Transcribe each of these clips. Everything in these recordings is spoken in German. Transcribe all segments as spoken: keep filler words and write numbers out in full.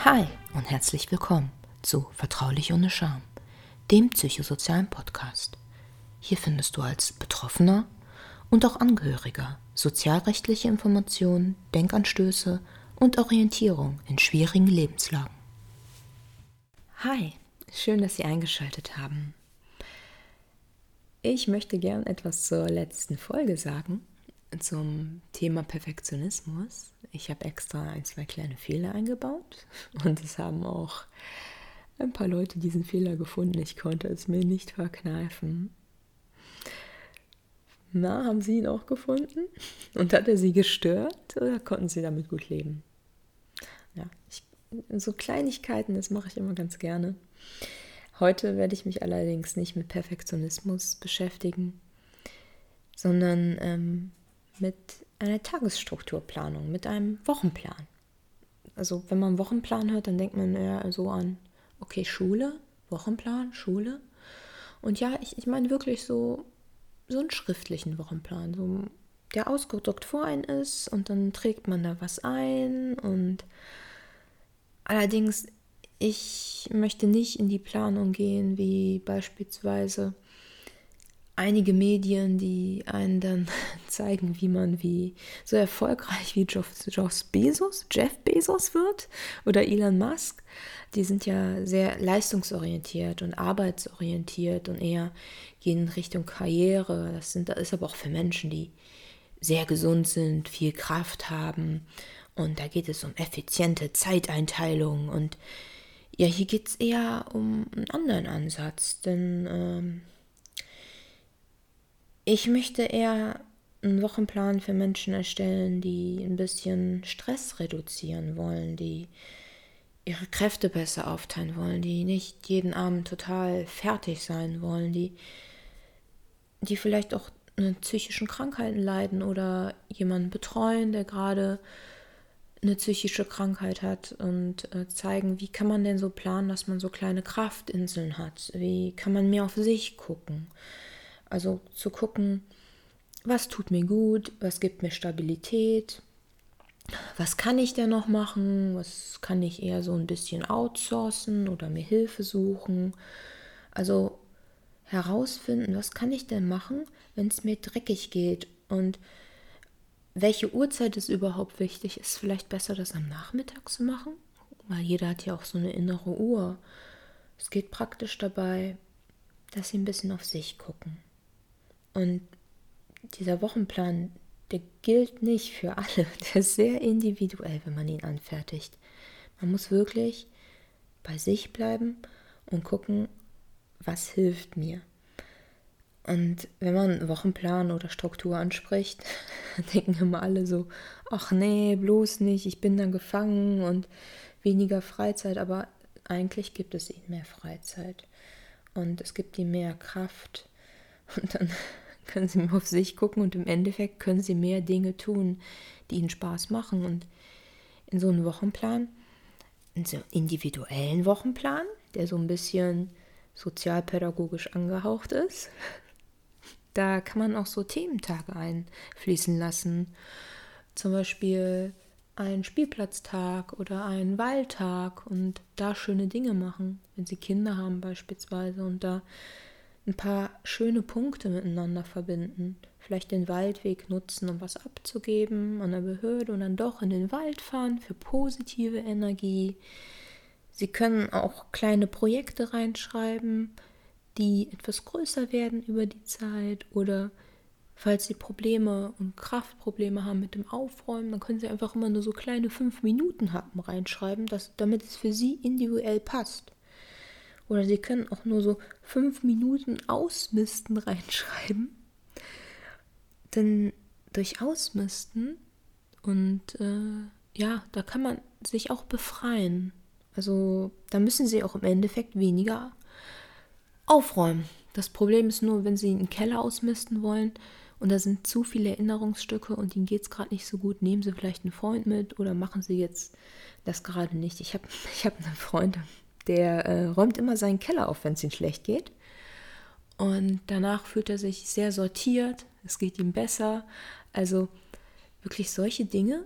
Hi und herzlich willkommen zu Vertraulich ohne Scham, dem psychosozialen Podcast. Hier findest du als Betroffener und auch Angehöriger sozialrechtliche Informationen, Denkanstöße und Orientierung in schwierigen Lebenslagen. Hi, schön, dass Sie eingeschaltet haben. Ich möchte gern etwas zur letzten Folge sagen, zum Thema Perfektionismus. Ich habe extra ein, zwei kleine Fehler eingebaut und es haben auch ein paar Leute diesen Fehler gefunden. Ich konnte es mir nicht verkneifen. Na, haben Sie ihn auch gefunden? Und hat er Sie gestört oder konnten Sie damit gut leben? Ja, ich, so Kleinigkeiten, das mache ich immer ganz gerne. Heute werde ich mich allerdings nicht mit Perfektionismus beschäftigen, sondern ähm, mit einer Tagesstrukturplanung, mit einem Wochenplan. Also wenn man Wochenplan hört, dann denkt man eher so an, okay, Schule, Wochenplan, Schule. Und ja, ich, ich meine wirklich so, so einen schriftlichen Wochenplan, so, der ausgedruckt vor einen ist und dann trägt man da was ein. Und allerdings, ich möchte nicht in die Planung gehen, wie beispielsweise einige Medien, die einen dann zeigen, wie man wie so erfolgreich wie Jeff, Jeff Bezos, Jeff Bezos wird oder Elon Musk. Die sind ja sehr leistungsorientiert und arbeitsorientiert und eher gehen in Richtung Karriere. Das sind, das ist aber auch für Menschen, die sehr gesund sind, viel Kraft haben. Und da geht es um effiziente Zeiteinteilung. Und ja, hier geht es eher um einen anderen Ansatz, denn ähm, ich möchte eher einen Wochenplan für Menschen erstellen, die ein bisschen Stress reduzieren wollen, die ihre Kräfte besser aufteilen wollen, die nicht jeden Abend total fertig sein wollen, die, die vielleicht auch an psychischen Krankheiten leiden oder jemanden betreuen, der gerade eine psychische Krankheit hat und äh, zeigen, wie kann man denn so planen, dass man so kleine Kraftinseln hat, wie kann man mehr auf sich gucken. Also zu gucken, was tut mir gut, was gibt mir Stabilität, was kann ich denn noch machen, was kann ich eher so ein bisschen outsourcen oder mir Hilfe suchen. Also herausfinden, was kann ich denn machen, wenn es mir dreckig geht und welche Uhrzeit ist überhaupt wichtig. Ist vielleicht besser, das am Nachmittag zu machen, weil jeder hat ja auch so eine innere Uhr. Es geht praktisch dabei, dass sie ein bisschen auf sich gucken. Und dieser Wochenplan, der gilt nicht für alle. Der ist sehr individuell, wenn man ihn anfertigt. Man muss wirklich bei sich bleiben und gucken, was hilft mir. Und wenn man Wochenplan oder Struktur anspricht, denken immer alle so, ach nee, bloß nicht, ich bin dann gefangen und weniger Freizeit. Aber eigentlich gibt es ihnen mehr Freizeit. Und es gibt ihnen mehr Kraft. Und dann können sie mehr auf sich gucken und im Endeffekt können sie mehr Dinge tun, die ihnen Spaß machen. Und in so einem Wochenplan, in so einem individuellen Wochenplan, der so ein bisschen sozialpädagogisch angehaucht ist, da kann man auch so Thementage einfließen lassen. Zum Beispiel einen Spielplatztag oder einen Waldtag und da schöne Dinge machen, wenn sie Kinder haben beispielsweise und da ein paar schöne Punkte miteinander verbinden. Vielleicht den Waldweg nutzen, um was abzugeben an der Behörde und dann doch in den Wald fahren für positive Energie. Sie können auch kleine Projekte reinschreiben, die etwas größer werden über die Zeit oder falls Sie Probleme und Kraftprobleme haben mit dem Aufräumen, dann können Sie einfach immer nur so kleine fünf Minuten Happen reinschreiben, dass, damit es für Sie individuell passt. Oder Sie können auch nur so fünf Minuten Ausmisten reinschreiben. Denn durch Ausmisten und äh, ja, da kann man sich auch befreien. Also da müssen Sie auch im Endeffekt weniger aufräumen. Das Problem ist nur, wenn Sie einen Keller ausmisten wollen und da sind zu viele Erinnerungsstücke und Ihnen geht es gerade nicht so gut, nehmen Sie vielleicht einen Freund mit oder machen Sie jetzt das gerade nicht. Ich habe ich hab einen Freund, der äh, räumt immer seinen Keller auf, wenn es ihm schlecht geht. Und danach fühlt er sich sehr sortiert, es geht ihm besser. Also wirklich solche Dinge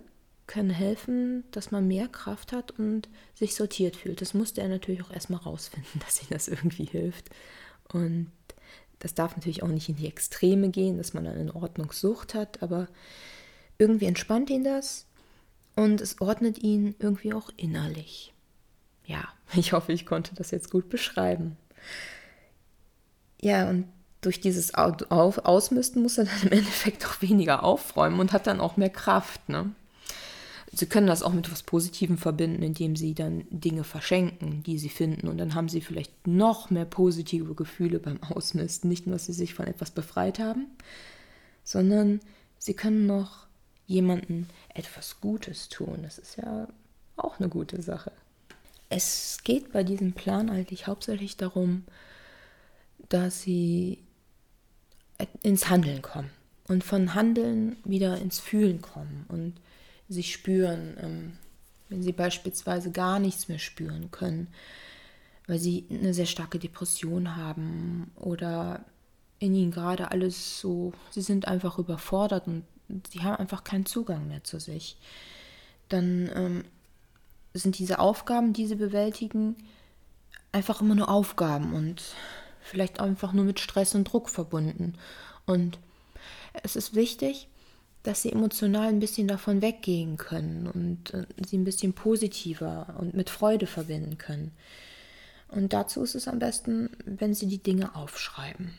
können helfen, dass man mehr Kraft hat und sich sortiert fühlt. Das musste er natürlich auch erstmal rausfinden, dass ihm das irgendwie hilft. Und das darf natürlich auch nicht in die Extreme gehen, dass man dann eine Ordnungssucht hat, aber irgendwie entspannt ihn das und es ordnet ihn irgendwie auch innerlich. Ja, ich hoffe, ich konnte das jetzt gut beschreiben. Ja, und durch dieses Auf- Ausmisten muss er dann im Endeffekt auch weniger aufräumen und hat dann auch mehr Kraft, ne? Sie können das auch mit etwas Positivem verbinden, indem sie dann Dinge verschenken, die sie finden. Und dann haben sie vielleicht noch mehr positive Gefühle beim Ausmisten. Nicht nur, dass sie sich von etwas befreit haben, sondern sie können noch jemandem etwas Gutes tun. Das ist ja auch eine gute Sache. Es geht bei diesem Plan eigentlich hauptsächlich darum, dass sie ins Handeln kommen und von Handeln wieder ins Fühlen kommen und sich spüren, wenn sie beispielsweise gar nichts mehr spüren können, weil sie eine sehr starke Depression haben oder in ihnen gerade alles so, sie sind einfach überfordert und sie haben einfach keinen Zugang mehr zu sich. Dann ähm, sind diese Aufgaben, die sie bewältigen, einfach immer nur Aufgaben und vielleicht einfach nur mit Stress und Druck verbunden. Und es ist wichtig, dass sie emotional ein bisschen davon weggehen können und äh, sie ein bisschen positiver und mit Freude verbinden können. Und dazu ist es am besten, wenn sie die Dinge aufschreiben.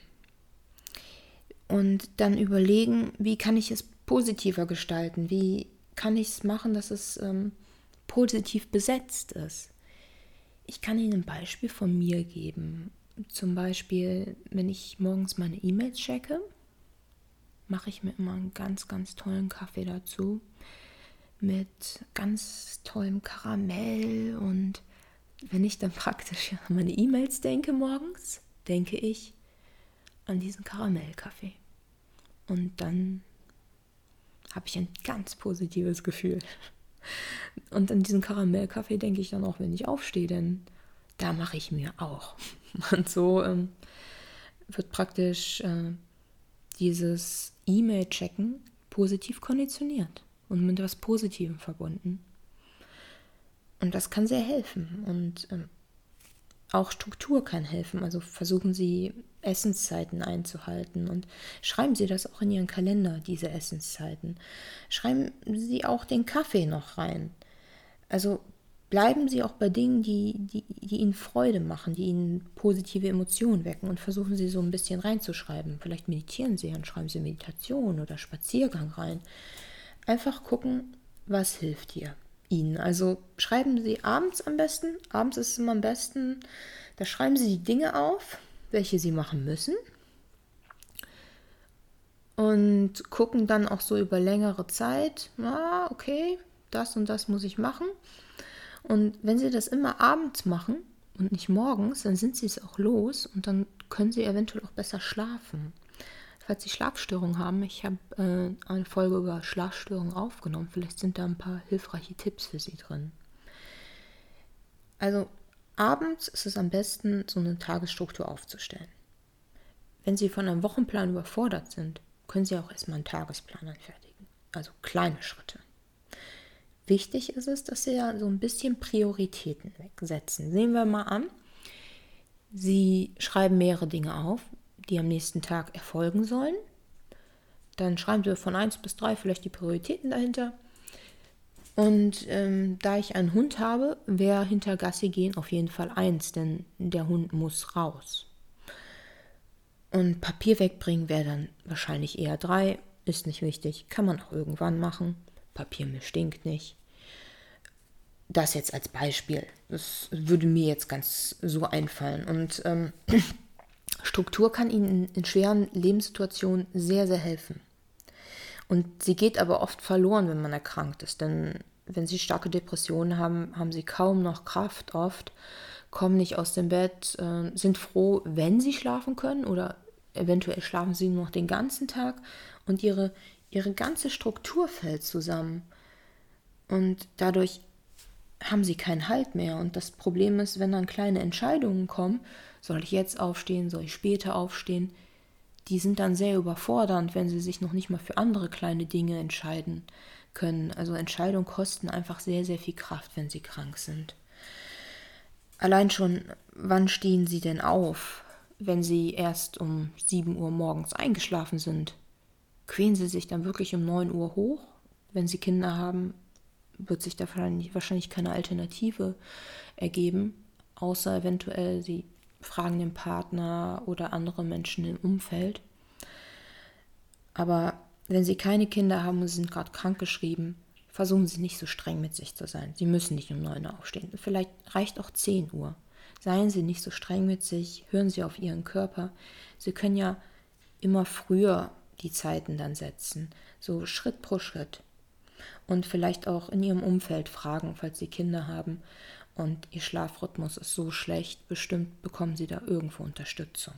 Und dann überlegen, wie kann ich es positiver gestalten? Wie kann ich es machen, dass es ähm, positiv besetzt ist? Ich kann Ihnen ein Beispiel von mir geben. Zum Beispiel, wenn ich morgens meine E-Mails checke, mache ich mir immer einen ganz, ganz tollen Kaffee dazu mit ganz tollem Karamell. Und wenn ich dann praktisch an meine E-Mails denke morgens, denke ich an diesen Karamellkaffee. Und dann habe ich ein ganz positives Gefühl. Und an diesen Karamellkaffee denke ich dann auch, wenn ich aufstehe, denn da mache ich mir auch. Und so ähm, wird praktisch äh, dieses E-Mail-Checken positiv konditioniert und mit etwas Positivem verbunden. Und das kann sehr helfen. Und ähm, auch Struktur kann helfen. Also versuchen Sie, Essenszeiten einzuhalten und schreiben Sie das auch in Ihren Kalender, diese Essenszeiten. Schreiben Sie auch den Kaffee noch rein. Also bleiben Sie auch bei Dingen, die, die, die Ihnen Freude machen, die Ihnen positive Emotionen wecken und versuchen Sie so ein bisschen reinzuschreiben. Vielleicht meditieren Sie und schreiben Sie Meditation oder Spaziergang rein. Einfach gucken, was hilft hier Ihnen. Also schreiben Sie abends am besten. Abends ist es immer am besten. Da schreiben Sie die Dinge auf, welche Sie machen müssen. Und gucken dann auch so über längere Zeit, ah, okay, das und das muss ich machen. Und wenn Sie das immer abends machen und nicht morgens, dann sind Sie es auch los und dann können Sie eventuell auch besser schlafen. Falls Sie Schlafstörungen haben, ich habe äh, eine Folge über Schlafstörungen aufgenommen. Vielleicht sind da ein paar hilfreiche Tipps für Sie drin. Also abends ist es am besten, so eine Tagesstruktur aufzustellen. Wenn Sie von einem Wochenplan überfordert sind, können Sie auch erstmal einen Tagesplan anfertigen. Also kleine Schritte. Wichtig ist es, dass Sie ja so ein bisschen Prioritäten wegsetzen. Sehen wir mal an, Sie schreiben mehrere Dinge auf, die am nächsten Tag erfolgen sollen. Dann schreiben Sie von eins bis drei vielleicht die Prioritäten dahinter. Und ähm, da ich einen Hund habe, wäre hinter Gassi gehen auf jeden Fall eins, denn der Hund muss raus. Und Papier wegbringen wäre dann wahrscheinlich eher drei, ist nicht wichtig, kann man auch irgendwann machen. Papiermüll stinkt nicht. Das jetzt als Beispiel. Das würde mir jetzt ganz so einfallen. Und ähm, Struktur kann Ihnen in schweren Lebenssituationen sehr, sehr helfen. Und sie geht aber oft verloren, wenn man erkrankt ist. Denn wenn Sie starke Depressionen haben, haben Sie kaum noch Kraft oft, kommen nicht aus dem Bett, äh, sind froh, wenn Sie schlafen können oder eventuell schlafen Sie nur noch den ganzen Tag und ihre, ihre ganze Struktur fällt zusammen. Und dadurch haben Sie keinen Halt mehr. Und das Problem ist, wenn dann kleine Entscheidungen kommen, soll ich jetzt aufstehen, soll ich später aufstehen, die sind dann sehr überfordernd, wenn Sie sich noch nicht mal für andere kleine Dinge entscheiden. können. Also Entscheidungen kosten einfach sehr, sehr viel Kraft, wenn sie krank sind. Allein schon, wann stehen sie denn auf, wenn sie erst um sieben Uhr morgens eingeschlafen sind? Quälen sie sich dann wirklich um neun Uhr hoch? Wenn sie Kinder haben, wird sich da wahrscheinlich keine Alternative ergeben, außer eventuell sie fragen den Partner oder andere Menschen im Umfeld. Aber wenn sie keine Kinder haben und sie sind gerade krankgeschrieben, versuchen sie nicht so streng mit sich zu sein. Sie müssen nicht um neun Uhr aufstehen. Vielleicht reicht auch zehn Uhr. Seien Sie nicht so streng mit sich, hören Sie auf Ihren Körper. Sie können ja immer früher die Zeiten dann setzen, so Schritt pro Schritt. Und vielleicht auch in Ihrem Umfeld fragen, falls Sie Kinder haben und Ihr Schlafrhythmus ist so schlecht, bestimmt bekommen Sie da irgendwo Unterstützung.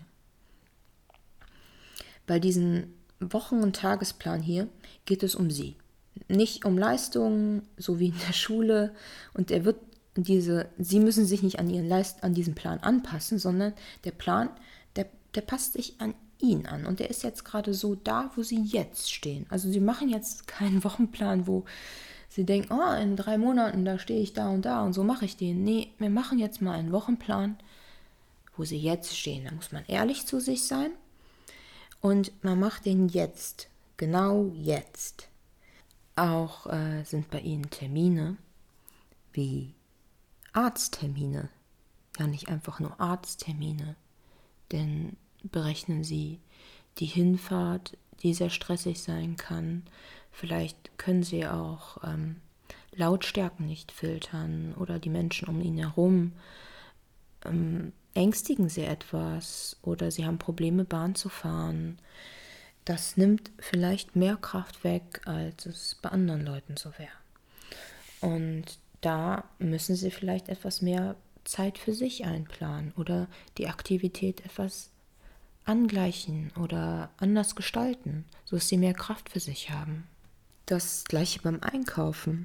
Bei diesem Wochen- und Tagesplan hier geht es um Sie. Nicht um Leistungen, so wie in der Schule. Und er wird diese, Sie müssen sich nicht an Ihren Leist, an diesen Plan anpassen, sondern der Plan, der, der passt sich an ihn an. Und der ist jetzt gerade so da, wo Sie jetzt stehen. Also Sie machen jetzt keinen Wochenplan, wo Sie denken, oh, in drei Monaten, da stehe ich da und da und so mache ich den. Nee, wir machen jetzt mal einen Wochenplan, wo Sie jetzt stehen. Da muss man ehrlich zu sich sein. Und man macht den jetzt, genau jetzt. Auch äh, sind bei Ihnen Termine wie Arzttermine, ja nicht einfach nur Arzttermine, denn berechnen Sie die Hinfahrt, die sehr stressig sein kann. Vielleicht können Sie auch ähm, Lautstärken nicht filtern oder die Menschen um ihn herum ähm, ängstigen Sie etwas oder Sie haben Probleme, Bahn zu fahren. Das nimmt vielleicht mehr Kraft weg, als es bei anderen Leuten so wäre. Und da müssen Sie vielleicht etwas mehr Zeit für sich einplanen oder die Aktivität etwas angleichen oder anders gestalten, sodass Sie mehr Kraft für sich haben. Das gleiche beim Einkaufen.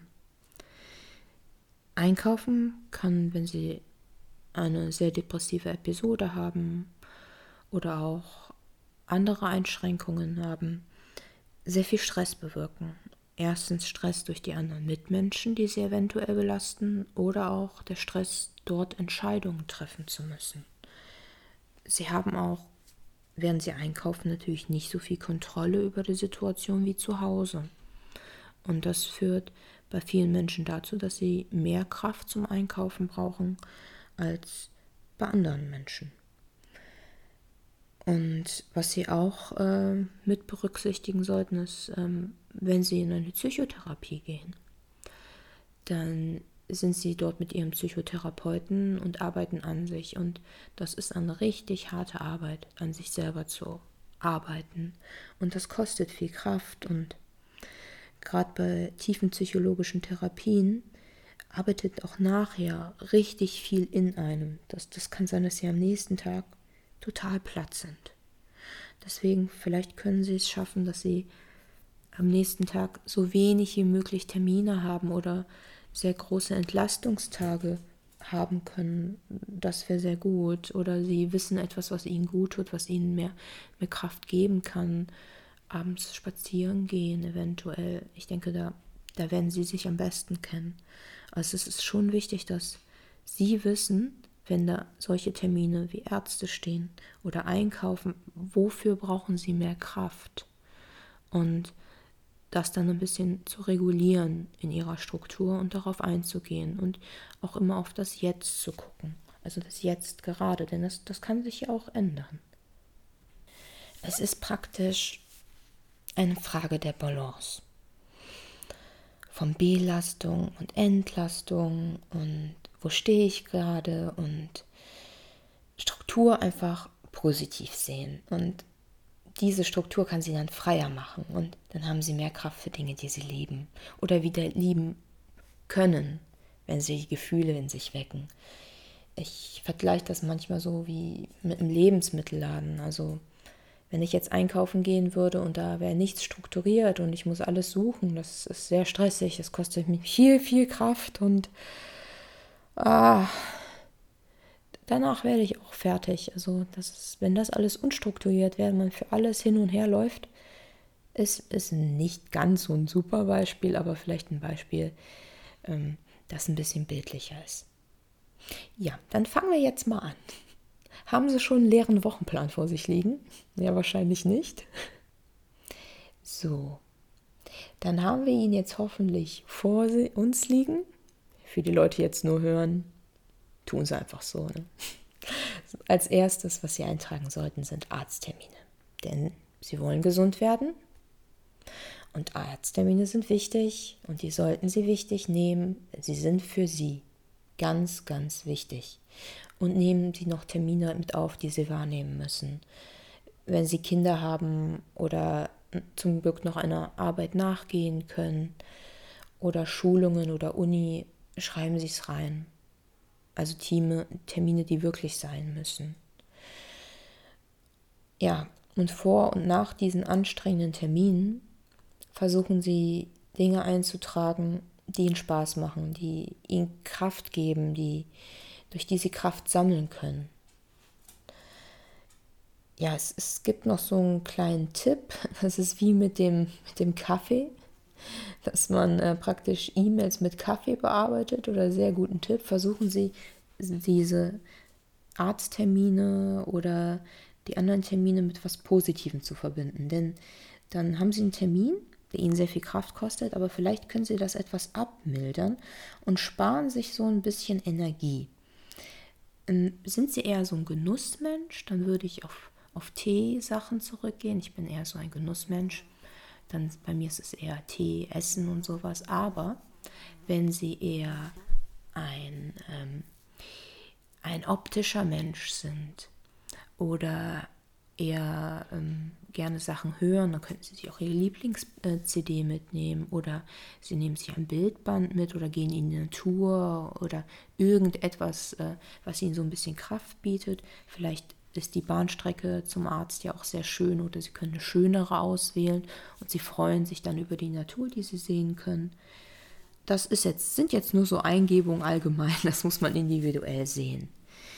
Einkaufen kann, wenn Sie eine sehr depressive Episode haben oder auch andere Einschränkungen haben, sehr viel Stress bewirken. Erstens Stress durch die anderen Mitmenschen, die sie eventuell belasten, oder auch der Stress, dort Entscheidungen treffen zu müssen. Sie haben auch, während sie einkaufen, natürlich nicht so viel Kontrolle über die Situation wie zu Hause. Und das führt bei vielen Menschen dazu, dass sie mehr Kraft zum Einkaufen brauchen als bei anderen Menschen. Und was Sie auch äh, mit berücksichtigen sollten, ist, ähm, wenn Sie in eine Psychotherapie gehen, dann sind Sie dort mit Ihrem Psychotherapeuten und arbeiten an sich. Und das ist eine richtig harte Arbeit, an sich selber zu arbeiten. Und das kostet viel Kraft. Und gerade bei tiefen psychologischen Therapien arbeitet auch nachher richtig viel in einem. Das, das kann sein, dass Sie am nächsten Tag total platt sind. Deswegen, vielleicht können Sie es schaffen, dass Sie am nächsten Tag so wenig wie möglich Termine haben oder sehr große Entlastungstage haben können. Das wäre sehr gut. Oder Sie wissen etwas, was Ihnen gut tut, was Ihnen mehr, mehr Kraft geben kann. Abends spazieren gehen eventuell. Ich denke, da, da werden Sie sich am besten kennen. Also es ist schon wichtig, dass Sie wissen, wenn da solche Termine wie Ärzte stehen oder einkaufen, wofür brauchen Sie mehr Kraft? Und das dann ein bisschen zu regulieren in Ihrer Struktur und darauf einzugehen und auch immer auf das Jetzt zu gucken. Also das Jetzt gerade, denn das, das kann sich ja auch ändern. Es ist praktisch eine Frage der Balance. Von Belastung und Entlastung und wo stehe ich gerade und Struktur einfach positiv sehen. Und diese Struktur kann sie dann freier machen und dann haben sie mehr Kraft für Dinge, die sie lieben oder wieder lieben können, wenn sie die Gefühle in sich wecken. Ich vergleiche das manchmal so wie mit einem Lebensmittelladen. Also wenn ich jetzt einkaufen gehen würde und da wäre nichts strukturiert und ich muss alles suchen, das ist sehr stressig, das kostet mich viel, viel Kraft und ah, danach werde ich auch fertig. Also das ist, wenn das alles unstrukturiert wäre, man für alles hin und her läuft, Es ist nicht ganz so ein super Beispiel, aber vielleicht ein Beispiel, ähm, das ein bisschen bildlicher ist. Ja, dann fangen wir jetzt mal an. Haben Sie schon einen leeren Wochenplan vor sich liegen? Ja, wahrscheinlich nicht. So, dann haben wir ihn jetzt hoffentlich vor uns liegen. Für die Leute, die jetzt nur hören, tun sie einfach so. Ne? Als erstes, was Sie eintragen sollten, sind Arzttermine. Denn Sie wollen gesund werden und Arzttermine sind wichtig und die sollten Sie wichtig nehmen. Sie sind für Sie ganz, ganz wichtig. Und nehmen Sie noch Termine mit auf, die Sie wahrnehmen müssen. Wenn Sie Kinder haben oder zum Glück noch einer Arbeit nachgehen können oder Schulungen oder Uni, schreiben Sie es rein. Also Termine, die wirklich sein müssen. Ja, und vor und nach diesen anstrengenden Terminen versuchen Sie Dinge einzutragen, die Ihnen Spaß machen, die Ihnen Kraft geben, die, durch die Sie Kraft sammeln können. Ja, es, es gibt noch so einen kleinen Tipp, das ist wie mit dem, mit dem Kaffee, dass man äh, praktisch E-Mails mit Kaffee bearbeitet oder sehr guten Tipp. Versuchen Sie diese Arzttermine oder die anderen Termine mit etwas Positivem zu verbinden, denn dann haben Sie einen Termin, der Ihnen sehr viel Kraft kostet, aber vielleicht können Sie das etwas abmildern und sparen sich so ein bisschen Energie. Sind Sie eher so ein Genussmensch, dann würde ich auf auf Teesachen zurückgehen. Ich bin eher so ein Genussmensch. Dann bei mir ist es eher Tee, Essen und sowas. Aber wenn Sie eher ein, ähm, ein optischer Mensch sind oder eher ähm, gerne Sachen hören, dann könnten Sie sich auch Ihre Lieblings-C D mitnehmen oder Sie nehmen sich ein Bildband mit oder gehen in die Natur oder irgendetwas, äh, was Ihnen so ein bisschen Kraft bietet. Vielleicht ist die Bahnstrecke zum Arzt ja auch sehr schön oder Sie können eine schönere auswählen und Sie freuen sich dann über die Natur, die Sie sehen können. Das ist jetzt, sind jetzt nur so Eingebungen allgemein, das muss man individuell sehen.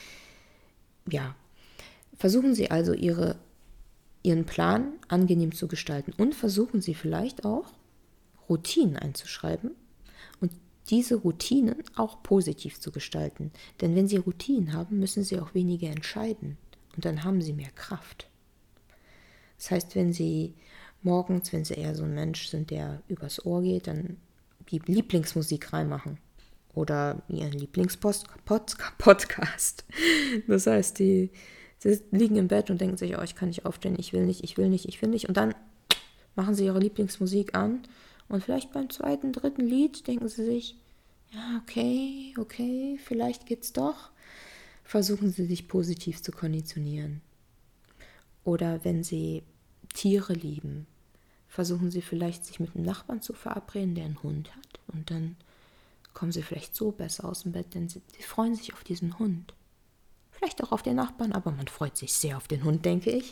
Ja, versuchen Sie also Ihre, Ihren Plan angenehm zu gestalten und versuchen Sie vielleicht auch Routinen einzuschreiben und diese Routinen auch positiv zu gestalten. Denn wenn Sie Routinen haben, müssen Sie auch weniger entscheiden. Und dann haben Sie mehr Kraft. Das heißt, wenn Sie morgens, wenn Sie eher so ein Mensch sind, der übers Ohr geht, dann die Lieblingsmusik reinmachen. Oder Ihren Lieblingspodcast. Das heißt, die, Sie liegen im Bett und denken sich, oh, ich kann nicht aufstehen, ich will nicht, ich will nicht, ich will nicht. Und dann machen Sie Ihre Lieblingsmusik an. Und vielleicht beim zweiten, dritten Lied denken Sie sich, ja, okay, okay, vielleicht geht's doch. Versuchen Sie sich positiv zu konditionieren. Oder wenn Sie Tiere lieben, versuchen Sie vielleicht sich mit einem Nachbarn zu verabreden, der einen Hund hat. Und dann kommen Sie vielleicht so besser aus dem Bett, denn Sie, Sie freuen sich auf diesen Hund. Vielleicht auch auf den Nachbarn, aber man freut sich sehr auf den Hund, denke ich.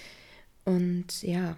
Und ja,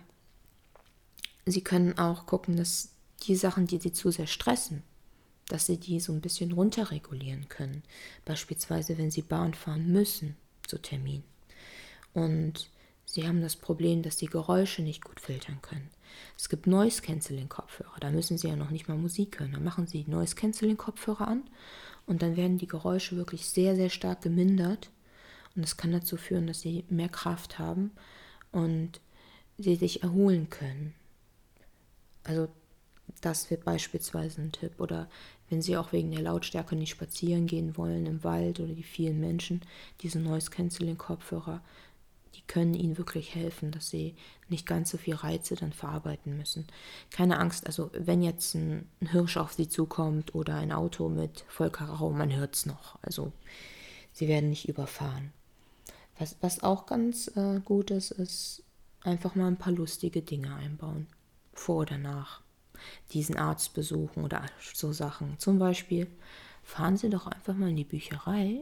Sie können auch gucken, dass die Sachen, die Sie zu sehr stressen, dass Sie die so ein bisschen runterregulieren können. Beispielsweise, wenn Sie Bahn fahren müssen zu Termin. Und Sie haben das Problem, dass Sie Geräusche nicht gut filtern können. Es gibt Noise-Canceling-Kopfhörer, da müssen Sie ja noch nicht mal Musik hören. Dann machen Sie Noise-Canceling-Kopfhörer an und dann werden die Geräusche wirklich sehr, sehr stark gemindert. Und das kann dazu führen, dass Sie mehr Kraft haben und Sie sich erholen können. Also das wird beispielsweise ein Tipp. Oder wenn Sie auch wegen der Lautstärke nicht spazieren gehen wollen im Wald oder die vielen Menschen, diese Noise-Canceling-Kopfhörer, die können Ihnen wirklich helfen, dass Sie nicht ganz so viel Reize dann verarbeiten müssen. Keine Angst, also wenn jetzt ein, ein Hirsch auf Sie zukommt oder ein Auto mit Vollkaracho, man hört es noch. Also Sie werden nicht überfahren. Was, was auch ganz äh, gut ist, ist einfach mal ein paar lustige Dinge einbauen. Vor oder nach diesen Arzt besuchen oder so Sachen. Zum Beispiel fahren Sie doch einfach mal in die Bücherei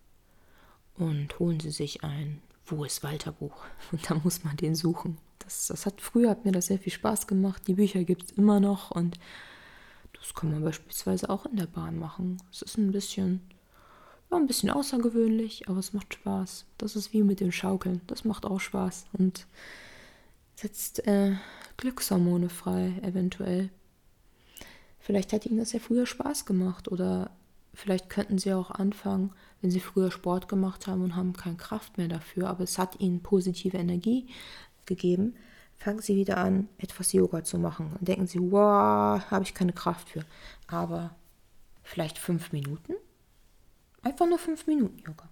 und holen Sie sich ein Wo ist Walter Buch? Und da muss man den suchen. Das, das hat früher hat mir das sehr viel Spaß gemacht. Die Bücher gibt es immer noch und das kann man beispielsweise auch in der Bahn machen. Es ist ein bisschen, ja, ein bisschen außergewöhnlich, aber es macht Spaß. Das ist wie mit dem Schaukeln. Das macht auch Spaß. Und setzt äh, Glückshormone frei, eventuell. Vielleicht hat ihnen das ja früher Spaß gemacht oder vielleicht könnten sie auch anfangen, wenn sie früher Sport gemacht haben und haben keine Kraft mehr dafür, aber es hat ihnen positive Energie gegeben, fangen sie wieder an, etwas Yoga zu machen. Und denken sie, wow, habe ich keine Kraft für. Aber vielleicht fünf Minuten? Einfach nur fünf Minuten Yoga.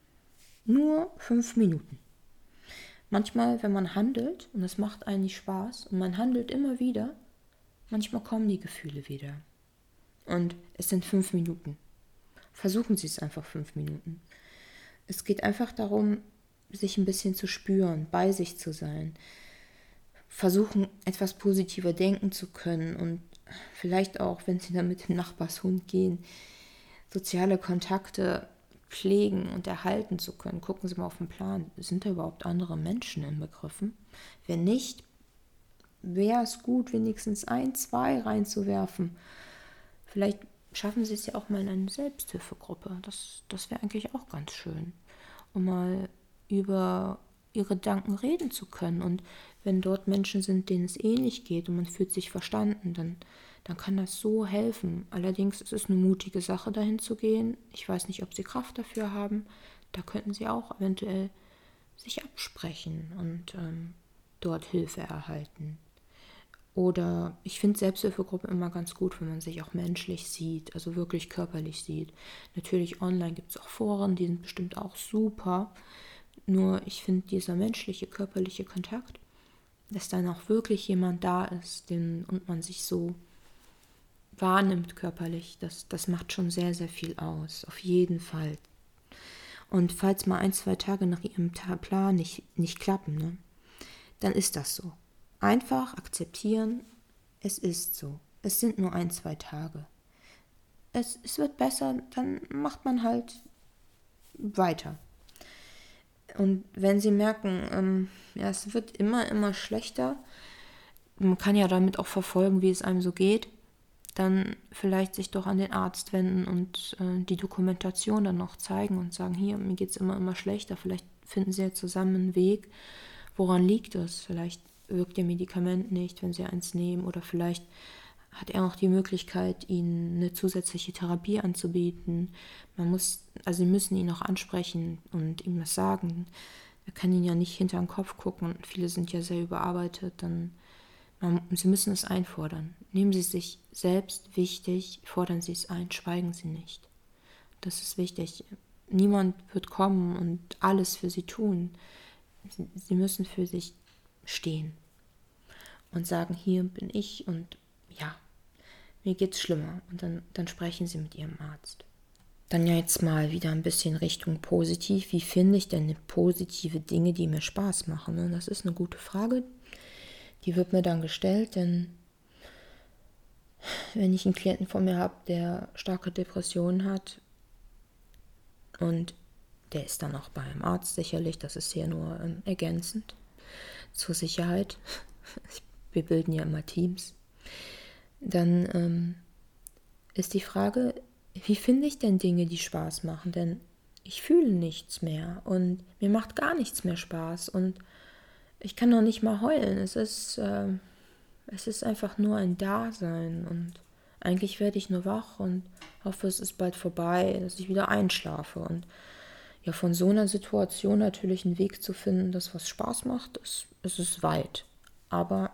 Nur fünf Minuten. Manchmal, wenn man handelt, und es macht eigentlich Spaß, und man handelt immer wieder, manchmal kommen die Gefühle wieder. Und es sind fünf Minuten. Versuchen Sie es einfach fünf Minuten. Es geht einfach darum, sich ein bisschen zu spüren, bei sich zu sein. Versuchen, etwas positiver denken zu können und vielleicht auch, wenn Sie dann mit dem Nachbarshund gehen, soziale Kontakte pflegen und erhalten zu können. Gucken Sie mal auf den Plan. Sind da überhaupt andere Menschen inbegriffen? Wenn nicht, wäre es gut, wenigstens ein, zwei reinzuwerfen. Vielleicht schaffen Sie es ja auch mal in eine Selbsthilfegruppe. Das, das wäre eigentlich auch ganz schön, um mal über ihre Gedanken reden zu können. Und wenn dort Menschen sind, denen es ähnlich geht und man fühlt sich verstanden, dann, dann kann das so helfen. Allerdings ist es eine mutige Sache, dahin zu gehen. Ich weiß nicht, ob Sie Kraft dafür haben. Da könnten Sie auch eventuell sich absprechen und ähm, dort Hilfe erhalten. Oder ich finde Selbsthilfegruppen immer ganz gut, wenn man sich auch menschlich sieht, also wirklich körperlich sieht. Natürlich online gibt es auch Foren, die sind bestimmt auch super. Nur ich finde dieser menschliche, körperliche Kontakt, dass dann auch wirklich jemand da ist den, und man sich so wahrnimmt körperlich, das, das macht schon sehr, sehr viel aus. Auf jeden Fall. Und falls mal ein, zwei Tage nach Ihrem Plan nicht, nicht klappen, ne, dann ist das so. Einfach akzeptieren, es ist so. Es sind nur ein, zwei Tage. Es, es wird besser, dann macht man halt weiter. Und wenn Sie merken, ähm, ja, es wird immer, immer schlechter, man kann ja damit auch verfolgen, wie es einem so geht, dann vielleicht sich doch an den Arzt wenden und äh, die Dokumentation dann noch zeigen und sagen, hier, mir geht es immer, immer schlechter, vielleicht finden Sie ja zusammen einen Weg, woran liegt es? Vielleicht wirkt Ihr Medikament nicht, wenn Sie eins nehmen, oder vielleicht hat er auch die Möglichkeit, Ihnen eine zusätzliche Therapie anzubieten. Man muss, also Sie müssen ihn auch ansprechen und ihm das sagen. Er kann Ihnen ja nicht hinter den Kopf gucken und viele sind ja sehr überarbeitet. Dann, man, Sie müssen es einfordern. Nehmen Sie sich selbst wichtig, fordern Sie es ein, schweigen Sie nicht. Das ist wichtig. Niemand wird kommen und alles für Sie tun. Sie, Sie müssen für sich stehen und sagen, hier bin ich und ja, mir geht's schlimmer. Und dann, dann sprechen Sie mit Ihrem Arzt. Dann ja jetzt mal wieder ein bisschen Richtung positiv. Wie finde ich denn positive Dinge, die mir Spaß machen? Und das ist eine gute Frage. Die wird mir dann gestellt, denn wenn ich einen Klienten vor mir habe, der starke Depressionen hat und der ist dann auch beim Arzt sicherlich, das ist hier nur ähm, ergänzend zur Sicherheit. Wir bilden ja immer Teams. Dann ähm, ist die Frage, wie finde ich denn Dinge, die Spaß machen? Denn ich fühle nichts mehr und mir macht gar nichts mehr Spaß und ich kann noch nicht mal heulen. Es ist, äh, es ist einfach nur ein Dasein und eigentlich werde ich nur wach und hoffe, es ist bald vorbei, dass ich wieder einschlafe. Und ja, von so einer Situation natürlich einen Weg zu finden, das was Spaß macht, ist, ist es weit. Aber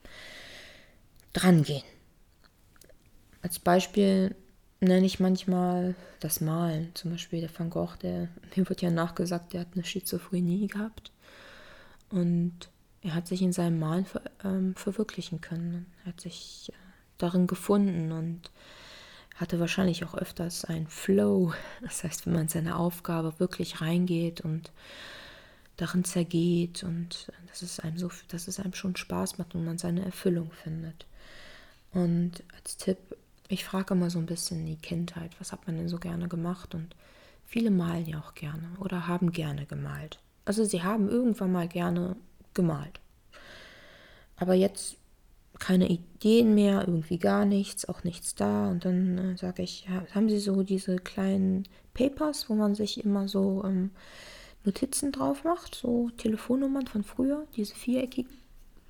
dran gehen. Als Beispiel nenne ich manchmal das Malen. Zum Beispiel der Van Gogh, der, mir wird ja nachgesagt, der hat eine Schizophrenie gehabt. Und er hat sich in seinem Malen ver, ähm, verwirklichen können. Er hat sich äh, darin gefunden und hatte wahrscheinlich auch öfters einen Flow. Das heißt, wenn man in seine Aufgabe wirklich reingeht und darin zergeht und dass es einem so, dass es einem schon Spaß macht und man seine Erfüllung findet. Und als Tipp, ich frage immer so ein bisschen in die Kindheit, was hat man denn so gerne gemacht? Und viele malen ja auch gerne oder haben gerne gemalt. Also sie haben irgendwann mal gerne gemalt. Aber jetzt keine Ideen mehr, irgendwie gar nichts, auch nichts da. Und dann äh, sage ich, ja, haben Sie so diese kleinen Papers, wo man sich immer so ähm, Notizen drauf macht, so Telefonnummern von früher, diese viereckigen?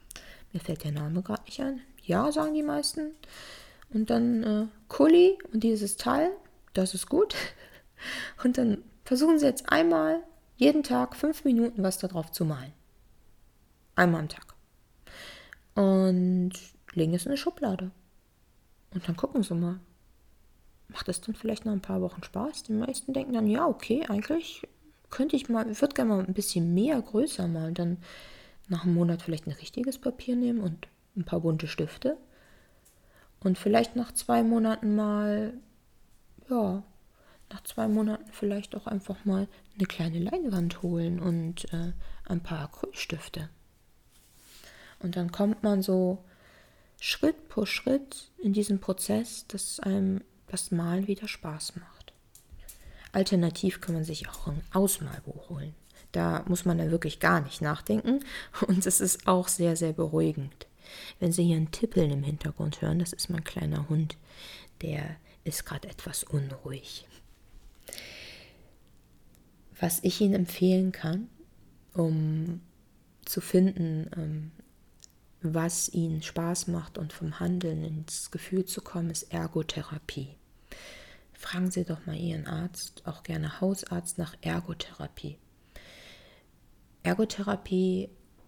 Mir fällt der Name gerade nicht ein. Ja, sagen die meisten. Und dann äh, Kuli und dieses Teil, das ist gut. Und dann versuchen Sie jetzt einmal jeden Tag fünf Minuten was darauf zu malen. Einmal am Tag. Und legen es in eine Schublade. Und dann gucken Sie mal. Macht es dann vielleicht nach ein paar Wochen Spaß? Die meisten denken dann, ja, okay, eigentlich könnte ich mal, ich würde gerne mal ein bisschen mehr, größer malen. Dann nach einem Monat vielleicht ein richtiges Papier nehmen und ein paar bunte Stifte. Und vielleicht nach zwei Monaten mal, ja, nach zwei Monaten vielleicht auch einfach mal eine kleine Leinwand holen und äh, ein paar Acrylstifte. Und dann kommt man so Schritt pro Schritt in diesen Prozess, dass einem das Malen wieder Spaß macht. Alternativ kann man sich auch ein Ausmalbuch holen. Da muss man dann wirklich gar nicht nachdenken und es ist auch sehr, sehr beruhigend. Wenn Sie hier ein Tippeln im Hintergrund hören, das ist mein kleiner Hund, der ist gerade etwas unruhig. Was ich Ihnen empfehlen kann, um zu finden, was Ihnen Spaß macht und vom Handeln ins Gefühl zu kommen, ist Ergotherapie. Fragen Sie doch mal Ihren Arzt, auch gerne Hausarzt, nach Ergotherapie. Ergotherapie,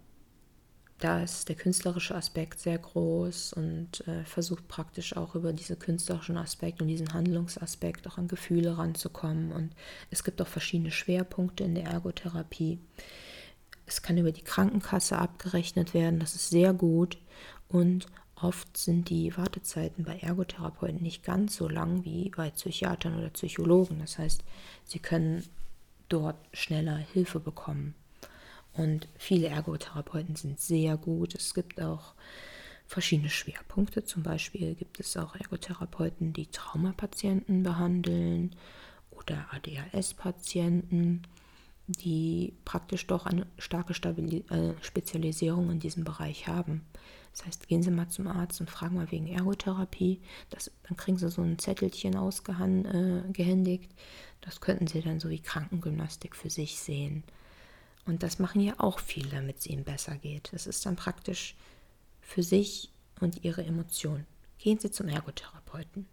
da ist der künstlerische Aspekt sehr groß und äh, versucht praktisch auch über diesen künstlerischen Aspekt und diesen Handlungsaspekt auch an Gefühle ranzukommen. Und es gibt auch verschiedene Schwerpunkte in der Ergotherapie. Es kann über die Krankenkasse abgerechnet werden, das ist sehr gut. Und oft sind die Wartezeiten bei Ergotherapeuten nicht ganz so lang wie bei Psychiatern oder Psychologen. Das heißt, sie können dort schneller Hilfe bekommen. Und viele Ergotherapeuten sind sehr gut. Es gibt auch verschiedene Schwerpunkte. Zum Beispiel gibt es auch Ergotherapeuten, die Traumapatienten behandeln oder A D H S-Patienten, die praktisch doch eine starke Stabili- äh, Spezialisierung in diesem Bereich haben. Das heißt, gehen Sie mal zum Arzt und fragen mal wegen Ergotherapie. Das, dann kriegen Sie so ein Zettelchen ausgehändigt. Äh, das könnten Sie dann so wie Krankengymnastik für sich sehen. Und das machen ja auch viele, damit es ihnen besser geht. Das ist dann praktisch für sich und ihre Emotionen. Gehen Sie zum Ergotherapeuten.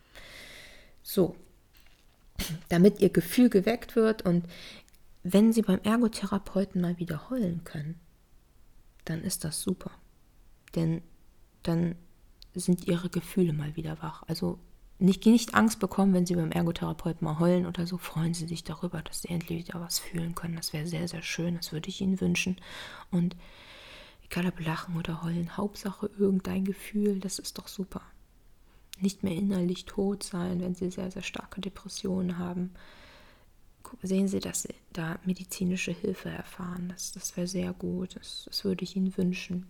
So, damit Ihr Gefühl geweckt wird und wenn Sie beim Ergotherapeuten mal wieder heulen können, dann ist das super. Denn dann sind Ihre Gefühle mal wieder wach. Also nicht, nicht Angst bekommen, wenn Sie beim Ergotherapeuten mal heulen oder so. Freuen Sie sich darüber, dass Sie endlich wieder was fühlen können. Das wäre sehr, sehr schön. Das würde ich Ihnen wünschen. Und egal ob lachen oder heulen, Hauptsache irgendein Gefühl, das ist doch super. Nicht mehr innerlich tot sein, wenn Sie sehr, sehr starke Depressionen haben. Sehen Sie, dass Sie da medizinische Hilfe erfahren. Das, das wäre sehr gut. Das, das würde ich Ihnen wünschen.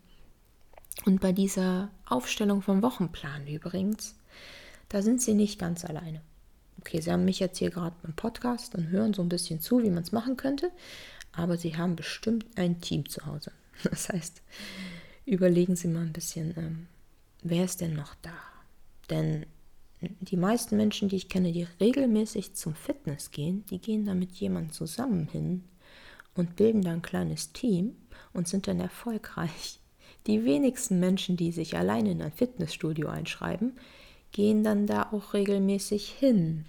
Und bei dieser Aufstellung vom Wochenplan übrigens, da sind Sie nicht ganz alleine. Okay, Sie haben mich jetzt hier gerade beim Podcast und hören so ein bisschen zu, wie man es machen könnte, aber Sie haben bestimmt ein Team zu Hause. Das heißt, überlegen Sie mal ein bisschen, ähm, wer ist denn noch da? Denn die meisten Menschen, die ich kenne, die regelmäßig zum Fitness gehen, die gehen da mit jemandem zusammen hin und bilden da ein kleines Team und sind dann erfolgreich. Die wenigsten Menschen, die sich alleine in ein Fitnessstudio einschreiben, gehen dann da auch regelmäßig hin.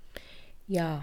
Ja,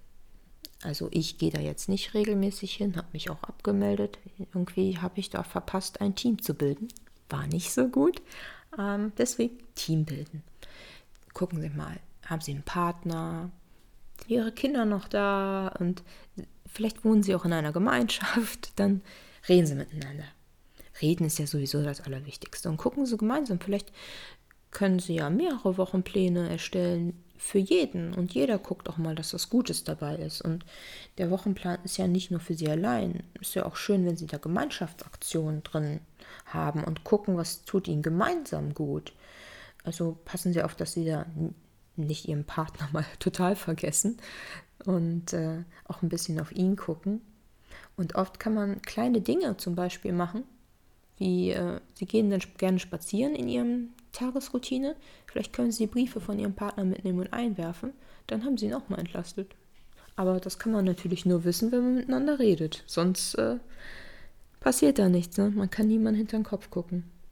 also ich gehe da jetzt nicht regelmäßig hin, habe mich auch abgemeldet. Irgendwie habe ich da verpasst, ein Team zu bilden. War nicht so gut. Ähm, deswegen Team bilden. Gucken Sie mal, haben Sie einen Partner? Sind Ihre Kinder noch da? Und vielleicht wohnen Sie auch in einer Gemeinschaft. Dann reden Sie miteinander. Reden ist ja sowieso das Allerwichtigste. Und gucken Sie gemeinsam, vielleicht können Sie ja mehrere Wochenpläne erstellen für jeden. Und jeder guckt auch mal, dass was Gutes dabei ist. Und der Wochenplan ist ja nicht nur für Sie allein. Ist ja auch schön, wenn Sie da Gemeinschaftsaktionen drin haben und gucken, was tut Ihnen gemeinsam gut. Also passen Sie auf, dass Sie da nicht Ihren Partner mal total vergessen und äh, auch ein bisschen auf ihn gucken. Und oft kann man kleine Dinge zum Beispiel machen, wie äh, Sie gehen dann gerne spazieren in Ihrem Tagesroutine. Vielleicht können Sie die Briefe von Ihrem Partner mitnehmen und einwerfen. Dann haben Sie ihn auch mal entlastet. Aber das kann man natürlich nur wissen, wenn man miteinander redet. Sonst äh, passiert da nichts. Ne? Man kann niemand hinter den Kopf gucken.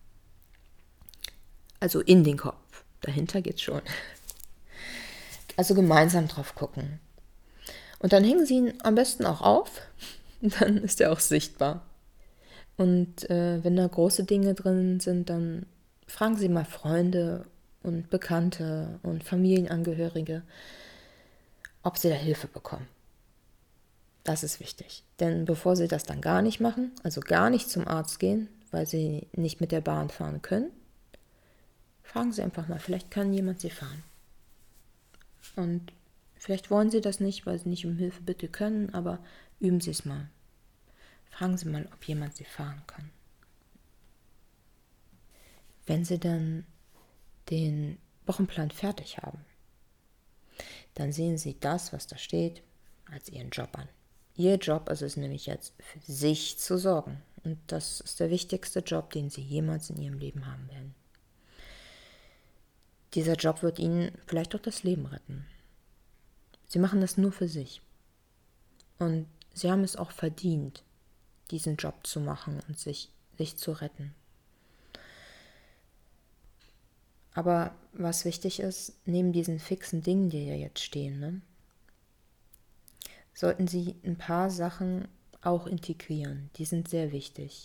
Also in den Kopf. Dahinter geht's schon. Also gemeinsam drauf gucken. Und dann hängen Sie ihn am besten auch auf. Dann ist er auch sichtbar. Und äh, wenn da große Dinge drin sind, dann fragen Sie mal Freunde und Bekannte und Familienangehörige, ob Sie da Hilfe bekommen. Das ist wichtig. Denn bevor Sie das dann gar nicht machen, also gar nicht zum Arzt gehen, weil Sie nicht mit der Bahn fahren können, fragen Sie einfach mal, vielleicht kann jemand Sie fahren. Und vielleicht wollen Sie das nicht, weil Sie nicht um Hilfe bitte können, aber üben Sie es mal. Fragen Sie mal, ob jemand Sie fahren kann. Wenn Sie dann den Wochenplan fertig haben, dann sehen Sie das, was da steht, als Ihren Job an. Ihr Job ist es nämlich jetzt, für sich zu sorgen. Und das ist der wichtigste Job, den Sie jemals in Ihrem Leben haben werden. Dieser Job wird Ihnen vielleicht auch das Leben retten. Sie machen das nur für sich. Und Sie haben es auch verdient, diesen Job zu machen und sich, sich zu retten. Aber was wichtig ist, neben diesen fixen Dingen, die ja jetzt stehen, ne, sollten Sie ein paar Sachen auch integrieren. Die sind sehr wichtig.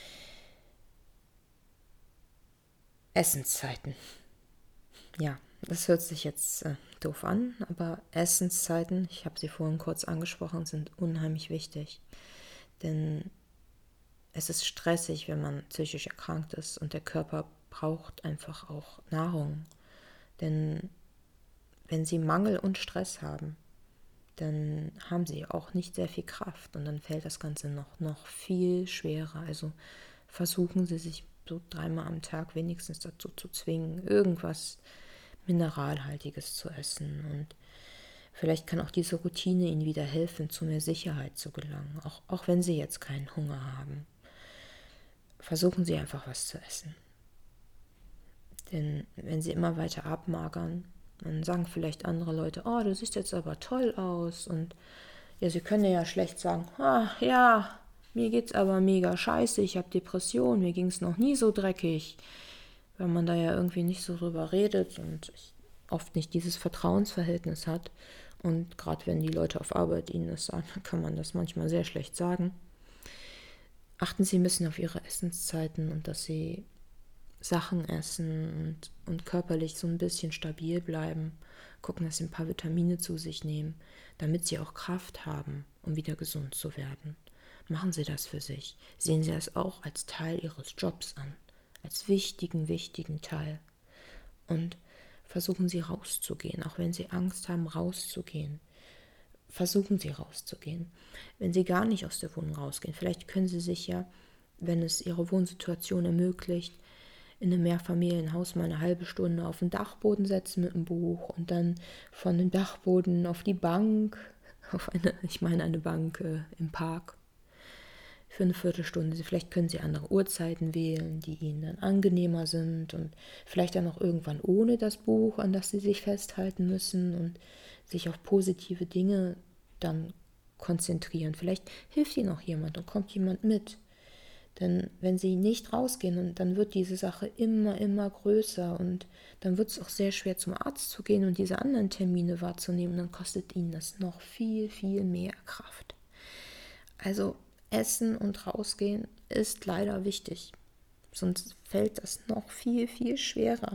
Essenszeiten. Ja, das hört sich jetzt äh, doof an, aber Essenszeiten, ich habe sie vorhin kurz angesprochen, sind unheimlich wichtig. Denn es ist stressig, wenn man psychisch erkrankt ist und der Körper braucht einfach auch Nahrung. Denn wenn Sie Mangel und Stress haben, dann haben Sie auch nicht sehr viel Kraft und dann fällt das Ganze noch, noch viel schwerer. Also versuchen Sie sich so dreimal am Tag wenigstens dazu zu zwingen, irgendwas Mineralhaltiges zu essen. Und vielleicht kann auch diese Routine Ihnen wieder helfen, zu mehr Sicherheit zu gelangen, auch, auch wenn Sie jetzt keinen Hunger haben. Versuchen Sie einfach was zu essen. Denn wenn Sie immer weiter abmagern, dann sagen vielleicht andere Leute, oh, du siehst jetzt aber toll aus. Und ja, Sie können ja schlecht sagen, ah, ja, mir geht's aber mega scheiße, ich habe Depressionen, mir ging es noch nie so dreckig. Weil man da ja irgendwie nicht so drüber redet und oft nicht dieses Vertrauensverhältnis hat. Und gerade wenn die Leute auf Arbeit Ihnen das sagen, kann man das manchmal sehr schlecht sagen. Achten Sie ein bisschen auf Ihre Essenszeiten und dass Sie Sachen essen und, und körperlich so ein bisschen stabil bleiben. Gucken, dass Sie ein paar Vitamine zu sich nehmen, damit Sie auch Kraft haben, um wieder gesund zu werden. Machen Sie das für sich. Sehen Sie das auch als Teil Ihres Jobs an. Als wichtigen, wichtigen Teil. Und versuchen Sie rauszugehen, auch wenn Sie Angst haben, rauszugehen. Versuchen Sie rauszugehen. Wenn Sie gar nicht aus der Wohnung rausgehen, vielleicht können Sie sich ja, wenn es Ihre Wohnsituation ermöglicht, in einem Mehrfamilienhaus mal eine halbe Stunde auf den Dachboden setzen mit einem Buch und dann von dem Dachboden auf die Bank, auf eine, ich meine eine Bank äh, im Park, für eine Viertelstunde. Vielleicht können Sie andere Uhrzeiten wählen, die Ihnen dann angenehmer sind und vielleicht dann auch irgendwann ohne das Buch, an das Sie sich festhalten müssen und sich auf positive Dinge dann konzentrieren. Vielleicht hilft Ihnen auch jemand und kommt jemand mit. Denn wenn Sie nicht rausgehen, dann wird diese Sache immer, immer größer und dann wird es auch sehr schwer zum Arzt zu gehen und diese anderen Termine wahrzunehmen. Dann kostet Ihnen das noch viel, viel mehr Kraft. Also Essen und rausgehen ist leider wichtig, sonst fällt das noch viel, viel schwerer.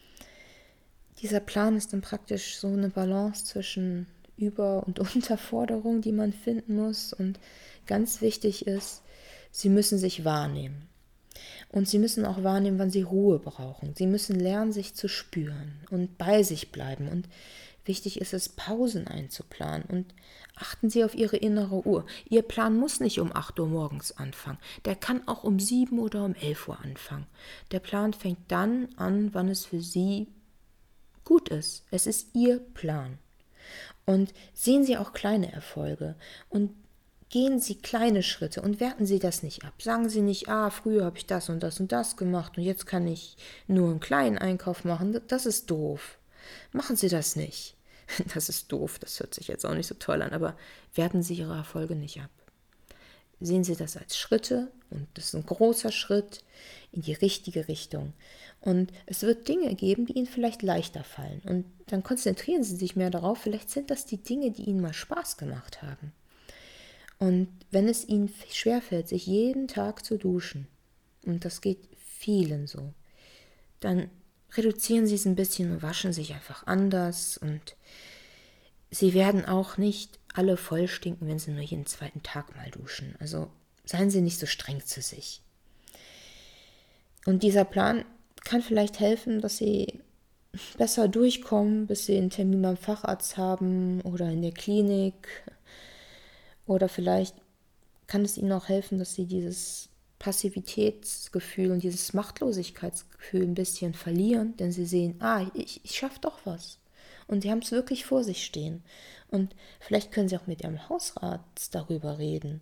Dieser Plan ist dann praktisch so eine Balance zwischen Über- und Unterforderung, die man finden muss. Und ganz wichtig ist, Sie müssen sich wahrnehmen. Und Sie müssen auch wahrnehmen, wann Sie Ruhe brauchen. Sie müssen lernen, sich zu spüren und bei sich bleiben. Und wichtig ist es, Pausen einzuplanen. Und achten Sie auf Ihre innere Uhr. Ihr Plan muss nicht um acht Uhr morgens anfangen. Der kann auch um sieben oder um elf Uhr anfangen. Der Plan fängt dann an, wann es für Sie gut ist. Es ist Ihr Plan. Und sehen Sie auch kleine Erfolge. Und gehen Sie kleine Schritte und werten Sie das nicht ab. Sagen Sie nicht, ah, früher habe ich das und das und das gemacht und jetzt kann ich nur einen kleinen Einkauf machen. Das ist doof. Machen Sie das nicht. Das ist doof, das hört sich jetzt auch nicht so toll an, aber werten Sie Ihre Erfolge nicht ab. sehen Sie das als Schritte und das ist ein großer Schritt in die richtige Richtung. Und es wird Dinge geben, die Ihnen vielleicht leichter fallen. Und dann konzentrieren Sie sich mehr darauf, vielleicht sind das die Dinge, die Ihnen mal Spaß gemacht haben. Und wenn es Ihnen schwerfällt, sich jeden Tag zu duschen, und das geht vielen so, dann reduzieren Sie es ein bisschen und waschen sich einfach anders. Und Sie werden auch nicht alle voll stinken, wenn Sie nur jeden zweiten Tag mal duschen. Also seien Sie nicht so streng zu sich. Und dieser Plan kann vielleicht helfen, dass Sie besser durchkommen, bis Sie einen Termin beim Facharzt haben oder in der Klinik. Oder vielleicht kann es Ihnen auch helfen, dass Sie dieses Passivitätsgefühl und dieses Machtlosigkeitsgefühl ein bisschen verlieren, denn Sie sehen, ah, ich, ich schaffe doch was. Und Sie haben es wirklich vor sich stehen. Und vielleicht können Sie auch mit Ihrem Hausarzt darüber reden.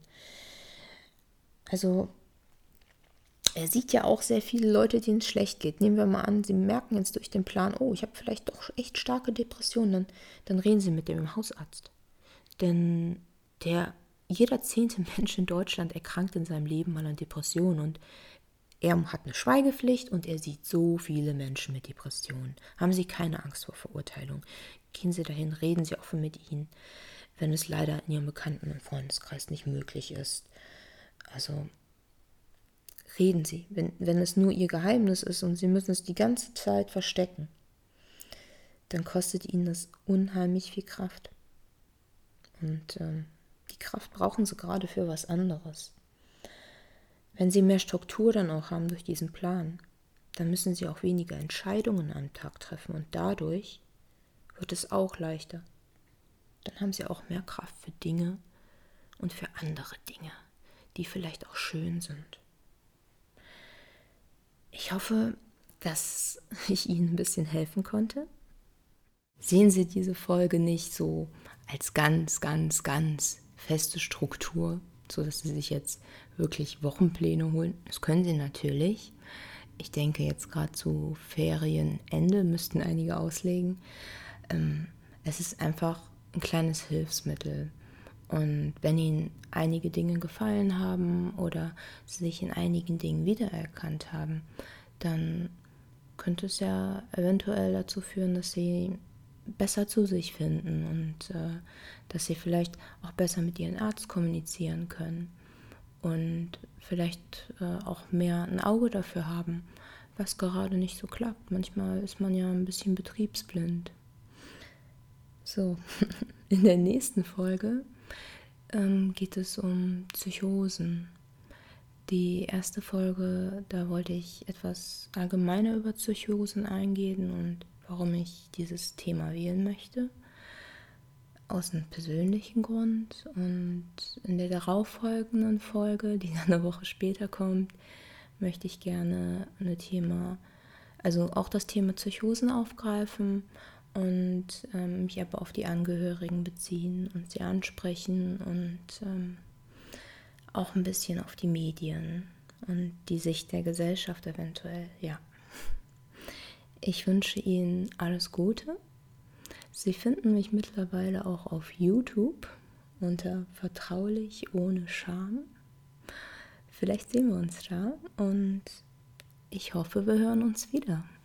Also er sieht ja auch sehr viele Leute, denen es schlecht geht. Nehmen wir mal an, Sie merken jetzt durch den Plan, oh, ich habe vielleicht doch echt starke Depressionen. Dann, dann reden Sie mit dem Hausarzt. Denn der, jeder zehnte Mensch in Deutschland erkrankt in seinem Leben mal an Depressionen. Und er hat eine Schweigepflicht und er sieht so viele Menschen mit Depressionen. Haben Sie keine Angst vor Verurteilung. Gehen Sie dahin, reden Sie offen mit ihnen, wenn es leider in Ihrem Bekannten- und Freundeskreis nicht möglich ist. Also reden Sie, wenn, wenn es nur Ihr Geheimnis ist und Sie müssen es die ganze Zeit verstecken, dann kostet Ihnen das unheimlich viel Kraft. Und ähm, die Kraft brauchen Sie gerade für was anderes. Wenn Sie mehr Struktur dann auch haben durch diesen Plan, dann müssen Sie auch weniger Entscheidungen am Tag treffen und dadurch wird es auch leichter. Dann haben Sie auch mehr Kraft für Dinge und für andere Dinge, die vielleicht auch schön sind. Ich hoffe, dass ich Ihnen ein bisschen helfen konnte. Sehen Sie diese Folge nicht so als ganz, ganz, ganz feste Struktur, sodass Sie sich jetzt wirklich Wochenpläne holen. Das können Sie natürlich. Ich denke jetzt gerade zu Ferienende müssten einige auslegen. Ähm, es ist einfach ein kleines Hilfsmittel. Und wenn Ihnen einige Dinge gefallen haben oder Sie sich in einigen Dingen wiedererkannt haben, dann könnte es ja eventuell dazu führen, dass Sie besser zu sich finden und äh, dass Sie vielleicht auch besser mit Ihrem Arzt kommunizieren können und vielleicht äh, auch mehr ein Auge dafür haben, was gerade nicht so klappt. Manchmal ist man ja ein bisschen betriebsblind. So, in der nächsten Folge ähm, geht es um Psychosen. Die erste Folge, da wollte ich etwas allgemeiner über Psychosen eingehen und warum ich dieses Thema wählen möchte. Aus einem persönlichen Grund. Und in der darauffolgenden Folge, die dann eine Woche später kommt, möchte ich gerne ein Thema, also auch das Thema Psychosen aufgreifen und ähm, mich aber auf die Angehörigen beziehen und sie ansprechen und ähm, auch ein bisschen auf die Medien und die Sicht der Gesellschaft eventuell, ja. Ich wünsche Ihnen alles Gute. Sie finden mich mittlerweile auch auf YouTube unter Vertraulich ohne Scham. Vielleicht sehen wir uns da und ich hoffe, wir hören uns wieder.